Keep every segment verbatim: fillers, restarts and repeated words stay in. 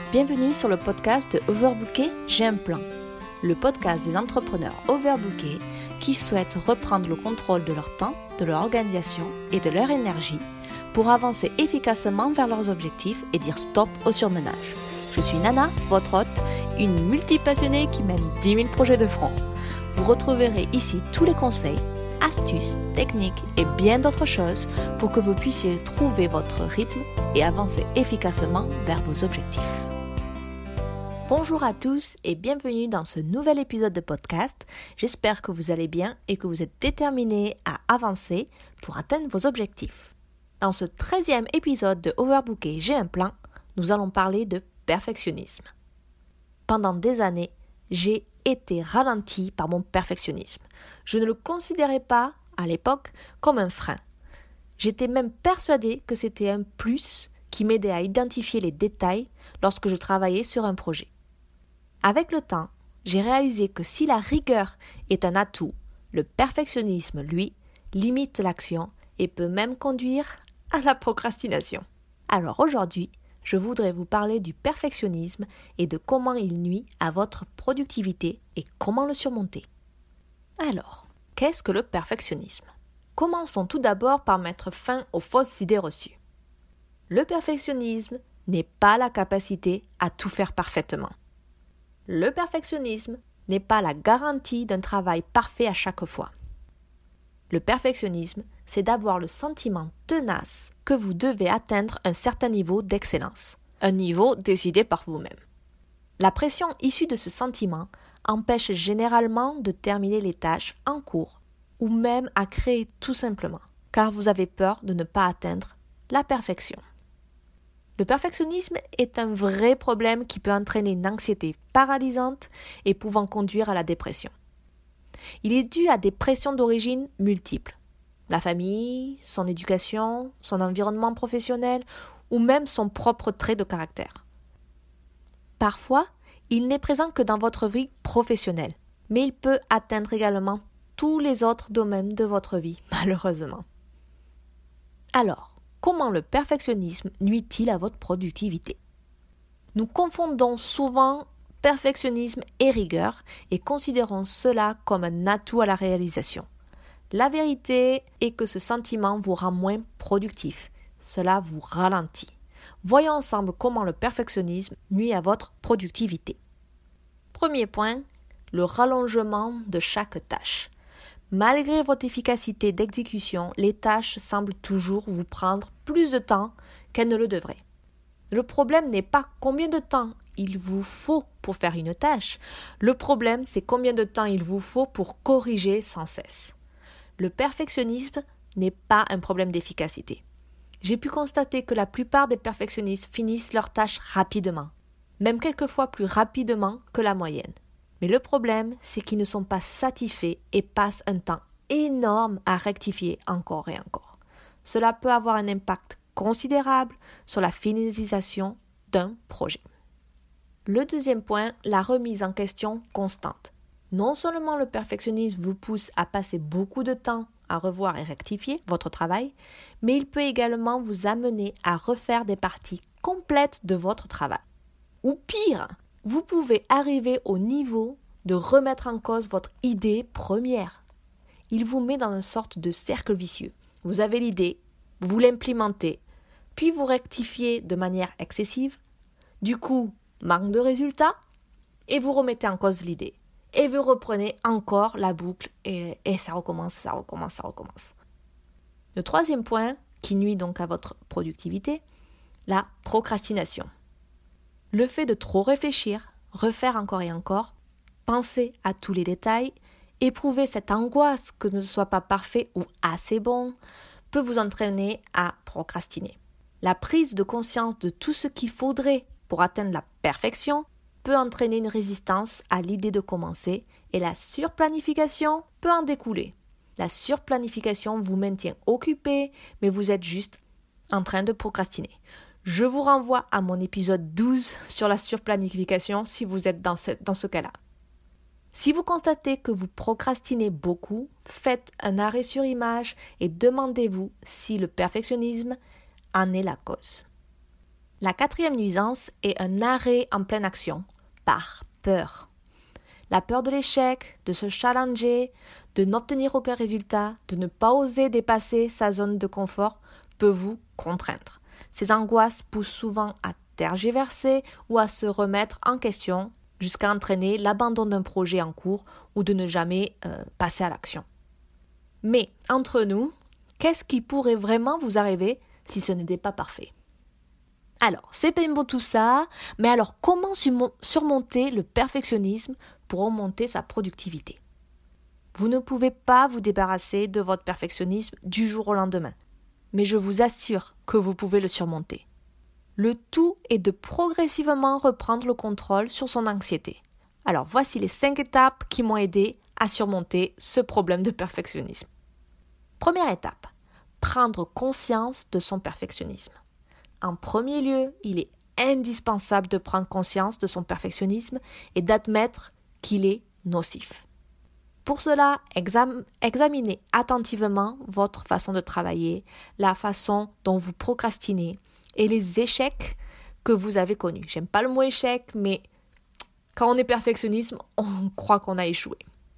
Bienvenue sur le podcast de Overbooké, j'ai un plan. Le podcast des entrepreneurs overbookés qui souhaitent reprendre le contrôle de leur temps, de leur organisation et de leur énergie pour avancer efficacement vers leurs objectifs et dire stop au surmenage. Je suis Nana, votre hôte, une multipassionnée qui mène dix mille projets de front. Vous retrouverez ici tous les conseils, astuces, techniques et bien d'autres choses pour que vous puissiez trouver votre rythme et avancer efficacement vers vos objectifs. Bonjour à tous et bienvenue dans ce nouvel épisode de podcast. J'espère que vous allez bien et que vous êtes déterminés à avancer pour atteindre vos objectifs. Dans ce treizième épisode de Overbooké, j'ai un plan, nous allons parler de perfectionnisme. Pendant des années, j'ai été ralentie par mon perfectionnisme. Je ne le considérais pas, à l'époque, comme un frein. J'étais même persuadée que c'était un plus qui m'aidait à identifier les détails lorsque je travaillais sur un projet. Avec le temps, j'ai réalisé que si la rigueur est un atout, le perfectionnisme, lui, limite l'action et peut même conduire à la procrastination. Alors aujourd'hui, je voudrais vous parler du perfectionnisme et de comment il nuit à votre productivité et comment le surmonter. Alors, qu'est-ce que le perfectionnisme ? Commençons tout d'abord par mettre fin aux fausses idées reçues. Le perfectionnisme n'est pas la capacité à tout faire parfaitement. Le perfectionnisme n'est pas la garantie d'un travail parfait à chaque fois. Le perfectionnisme, c'est d'avoir le sentiment tenace que vous devez atteindre un certain niveau d'excellence, un niveau décidé par vous-même. La pression issue de ce sentiment empêche généralement de terminer les tâches en cours ou même à créer tout simplement, car vous avez peur de ne pas atteindre la perfection. Le perfectionnisme est un vrai problème qui peut entraîner une anxiété paralysante et pouvant conduire à la dépression. Il est dû à des pressions d'origine multiples. La famille, son éducation, son environnement professionnel ou même son propre trait de caractère. Parfois, il n'est présent que dans votre vie professionnelle, mais il peut atteindre également tous les autres domaines de votre vie, malheureusement. Alors, comment le perfectionnisme nuit-il à votre productivité ? Nous confondons souvent perfectionnisme et rigueur et considérons cela comme un atout à la réalisation. La vérité est que ce sentiment vous rend moins productif. Cela vous ralentit. Voyons ensemble comment le perfectionnisme nuit à votre productivité. Premier point, le rallongement de chaque tâche. Malgré votre efficacité d'exécution, les tâches semblent toujours vous prendre plus de temps qu'elles ne le devraient. Le problème n'est pas combien de temps il vous faut pour faire une tâche. Le problème, c'est combien de temps il vous faut pour corriger sans cesse. Le perfectionnisme n'est pas un problème d'efficacité. J'ai pu constater que la plupart des perfectionnistes finissent leurs tâches rapidement, même quelquefois plus rapidement que la moyenne. Mais le problème, c'est qu'ils ne sont pas satisfaits et passent un temps énorme à rectifier encore et encore. Cela peut avoir un impact considérable sur la finalisation d'un projet. Le deuxième point, la remise en question constante. Non seulement le perfectionnisme vous pousse à passer beaucoup de temps à revoir et rectifier votre travail, mais il peut également vous amener à refaire des parties complètes de votre travail. Ou pire, vous pouvez arriver au niveau de remettre en cause votre idée première. Il vous met dans une sorte de cercle vicieux. Vous avez l'idée, vous l'implémentez, puis vous rectifiez de manière excessive. Du coup, manque de résultats, et vous remettez en cause l'idée. Et vous reprenez encore la boucle, et, et ça recommence, ça recommence, ça recommence. Le troisième point, qui nuit donc à votre productivité, la procrastination. Le fait de trop réfléchir, refaire encore et encore, penser à tous les détails, éprouver cette angoisse que ce ne soit pas parfait ou assez bon, peut vous entraîner à procrastiner. La prise de conscience de tout ce qu'il faudrait pour atteindre la perfection peut entraîner une résistance à l'idée de commencer et la surplanification peut en découler. La surplanification vous maintient occupé, mais vous êtes juste en train de procrastiner. Je vous renvoie à mon épisode douze sur la surplanification si vous êtes dans ce, dans ce cas-là. Si vous constatez que vous procrastinez beaucoup, faites un arrêt sur image et demandez-vous si le perfectionnisme en est la cause. La quatrième nuisance est un arrêt en pleine action, par peur. La peur de l'échec, de se challenger, de n'obtenir aucun résultat, de ne pas oser dépasser sa zone de confort peut vous contraindre. Ces angoisses poussent souvent à tergiverser ou à se remettre en question jusqu'à entraîner l'abandon d'un projet en cours ou de ne jamais euh, passer à l'action. Mais entre nous, qu'est-ce qui pourrait vraiment vous arriver si ce n'était pas parfait ? Alors, c'est bien beau tout ça, mais alors comment surmonter le perfectionnisme pour augmenter sa productivité ? Vous ne pouvez pas vous débarrasser de votre perfectionnisme du jour au lendemain, mais je vous assure que vous pouvez le surmonter. Le tout est de progressivement reprendre le contrôle sur son anxiété. Alors, voici les cinq étapes qui m'ont aidé à surmonter ce problème de perfectionnisme. Première étape, prendre conscience de son perfectionnisme. En premier lieu, il est indispensable de prendre conscience de son perfectionnisme et d'admettre qu'il est nocif. Pour cela, exam- examinez attentivement votre façon de travailler, la façon dont vous procrastinez et les échecs que vous avez connus. J'aime pas le mot échec, mais quand on est perfectionniste, on croit qu'on a échoué.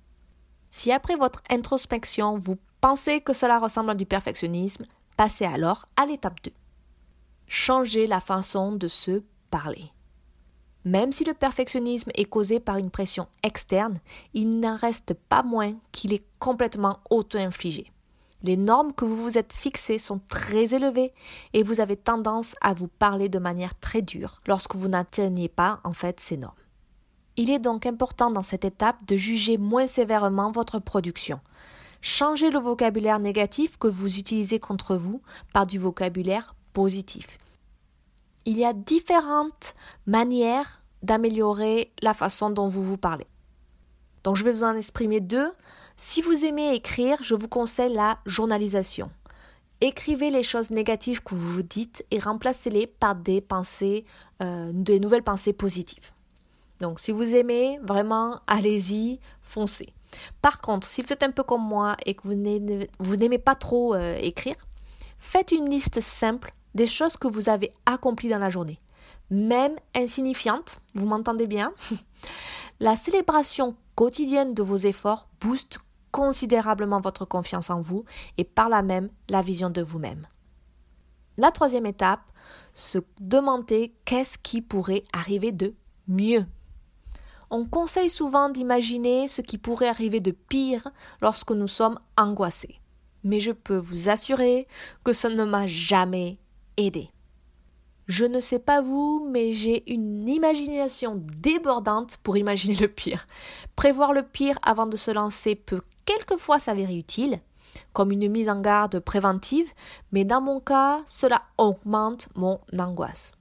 Si après votre introspection, vous pensez que cela ressemble à du perfectionnisme, passez alors à l'étape deux. Changez la façon de se parler. Même si le perfectionnisme est causé par une pression externe, il n'en reste pas moins qu'il est complètement auto-infligé. Les normes que vous vous êtes fixées sont très élevées et vous avez tendance à vous parler de manière très dure lorsque vous n'atteignez pas en fait ces normes. Il est donc important dans cette étape de juger moins sévèrement votre production. Changez le vocabulaire négatif que vous utilisez contre vous par du vocabulaire positif. Il y a différentes manières d'améliorer la façon dont vous vous parlez. Donc je vais vous en exprimer deux. Si vous aimez écrire, je vous conseille la journalisation. Écrivez les choses négatives que vous vous dites et remplacez-les par des pensées, euh, des nouvelles pensées positives. Donc si vous aimez, vraiment, allez-y, foncez. Par contre, si vous êtes un peu comme moi et que vous n'aimez, vous n'aimez pas trop euh, écrire, faites une liste simple des choses que vous avez accomplies dans la journée. Même insignifiantes, vous m'entendez bien ? La célébration quotidienne de vos efforts booste considérablement votre confiance en vous et par là même la vision de vous-même. La troisième étape, se demander qu'est-ce qui pourrait arriver de mieux. On conseille souvent d'imaginer ce qui pourrait arriver de pire lorsque nous sommes angoissés. Mais je peux vous assurer que ça ne m'a jamais aidé. Je ne sais pas vous, mais j'ai une imagination débordante pour imaginer le pire. Prévoir le pire avant de se lancer peut quelquefois s'avérer utile, comme une mise en garde préventive, mais dans mon cas, cela augmente mon angoisse.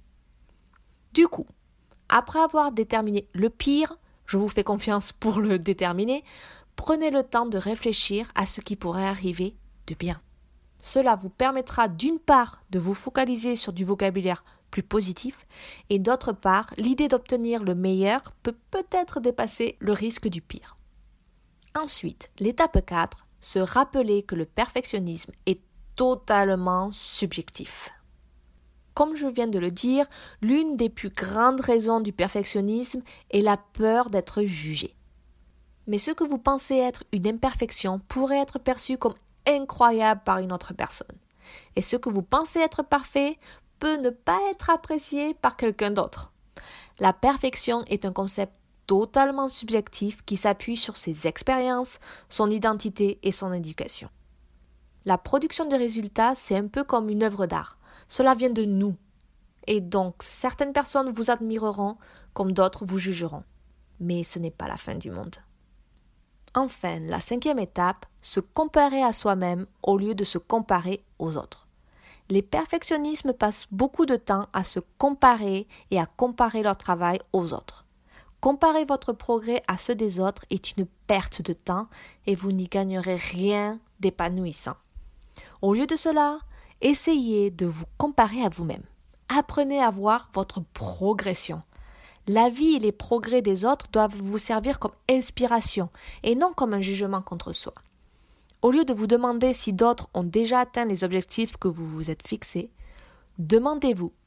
Du coup, après avoir déterminé le pire, je vous fais confiance pour le déterminer, prenez le temps de réfléchir à ce qui pourrait arriver de bien. Cela vous permettra d'une part de vous focaliser sur du vocabulaire plus positif et d'autre part, l'idée d'obtenir le meilleur peut peut-être dépasser le risque du pire. Ensuite, l'étape quatre, se rappeler que le perfectionnisme est totalement subjectif. Comme je viens de le dire, l'une des plus grandes raisons du perfectionnisme est la peur d'être jugé. Mais ce que vous pensez être une imperfection pourrait être perçu comme incroyable par une autre personne. Et ce que vous pensez être parfait peut ne pas être apprécié par quelqu'un d'autre. La perfection est un concept totalement subjectif qui s'appuie sur ses expériences, son identité et son éducation. La production de résultats, c'est un peu comme une œuvre d'art. Cela vient de nous. Et donc, certaines personnes vous admireront comme d'autres vous jugeront. Mais ce n'est pas la fin du monde. Enfin, la cinquième étape, se comparer à soi-même au lieu de se comparer aux autres. Les perfectionnistes passent beaucoup de temps à se comparer et à comparer leur travail aux autres. Comparer votre progrès à ceux des autres est une perte de temps et vous n'y gagnerez rien d'épanouissant. Au lieu de cela, essayez de vous comparer à vous-même. Apprenez à voir votre progression. La vie et les progrès des autres doivent vous servir comme inspiration et non comme un jugement contre soi. Au lieu de vous demander si d'autres ont déjà atteint les objectifs que vous vous êtes fixés, demandez-vous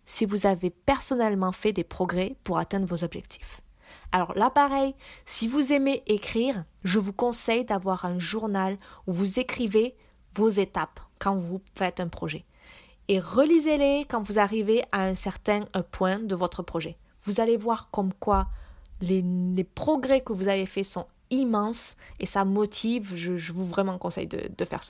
si vous avez personnellement fait des progrès pour atteindre vos objectifs. Alors là, pareil, si vous aimez écrire, je vous conseille d'avoir un journal où vous écrivez vos étapes quand vous faites un projet. Et relisez-les quand vous arrivez à un certain point de votre projet. Vous allez voir comme quoi les, les progrès que vous avez faits sont immenses et ça motive, je, je vous vraiment conseille de, de faire ça.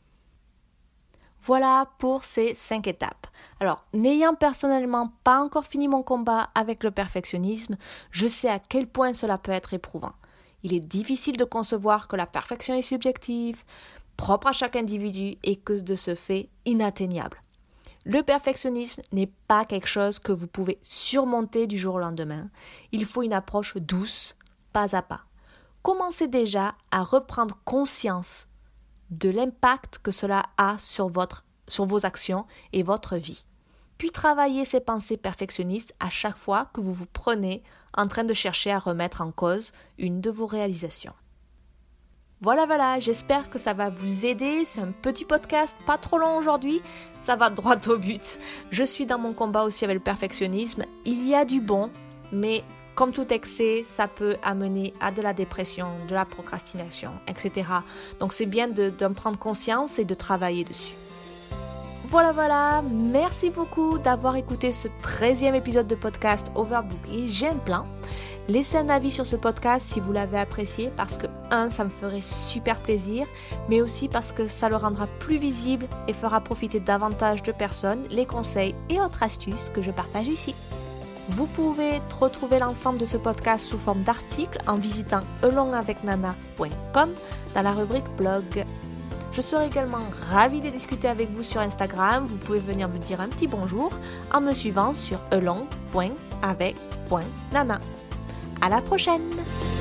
Voilà pour ces cinq étapes. Alors, n'ayant personnellement pas encore fini mon combat avec le perfectionnisme, je sais à quel point cela peut être éprouvant. Il est difficile de concevoir que la perfection est subjective, propre à chaque individu et que de ce fait inatteignable. Le perfectionnisme n'est pas quelque chose que vous pouvez surmonter du jour au lendemain. Il faut une approche douce, pas à pas. Commencez déjà à reprendre conscience de l'impact que cela a sur, votre, sur vos actions et votre vie. Puis travaillez ces pensées perfectionnistes à chaque fois que vous vous prenez en train de chercher à remettre en cause une de vos réalisations. Voilà, voilà, j'espère que ça va vous aider. C'est un petit podcast, pas trop long aujourd'hui, ça va droit au but. Je suis dans mon combat aussi avec le perfectionnisme. Il y a du bon, mais comme tout excès, ça peut amener à de la dépression, de la procrastination, et cetera. Donc c'est bien de, d'en prendre conscience et de travailler dessus. Voilà, voilà, merci beaucoup d'avoir écouté ce treizième épisode de podcast Overbooké. J'ai un plan. Laissez un avis sur ce podcast si vous l'avez apprécié parce que, un, ça me ferait super plaisir, mais aussi parce que ça le rendra plus visible et fera profiter davantage de personnes les conseils et autres astuces que je partage ici. Vous pouvez retrouver l'ensemble de ce podcast sous forme d'articles en visitant elong avec nana point com dans la rubrique blog. Je serai également ravie de discuter avec vous sur Instagram. Vous pouvez venir me dire un petit bonjour en me suivant sur elong point avec point nana. À la prochaine!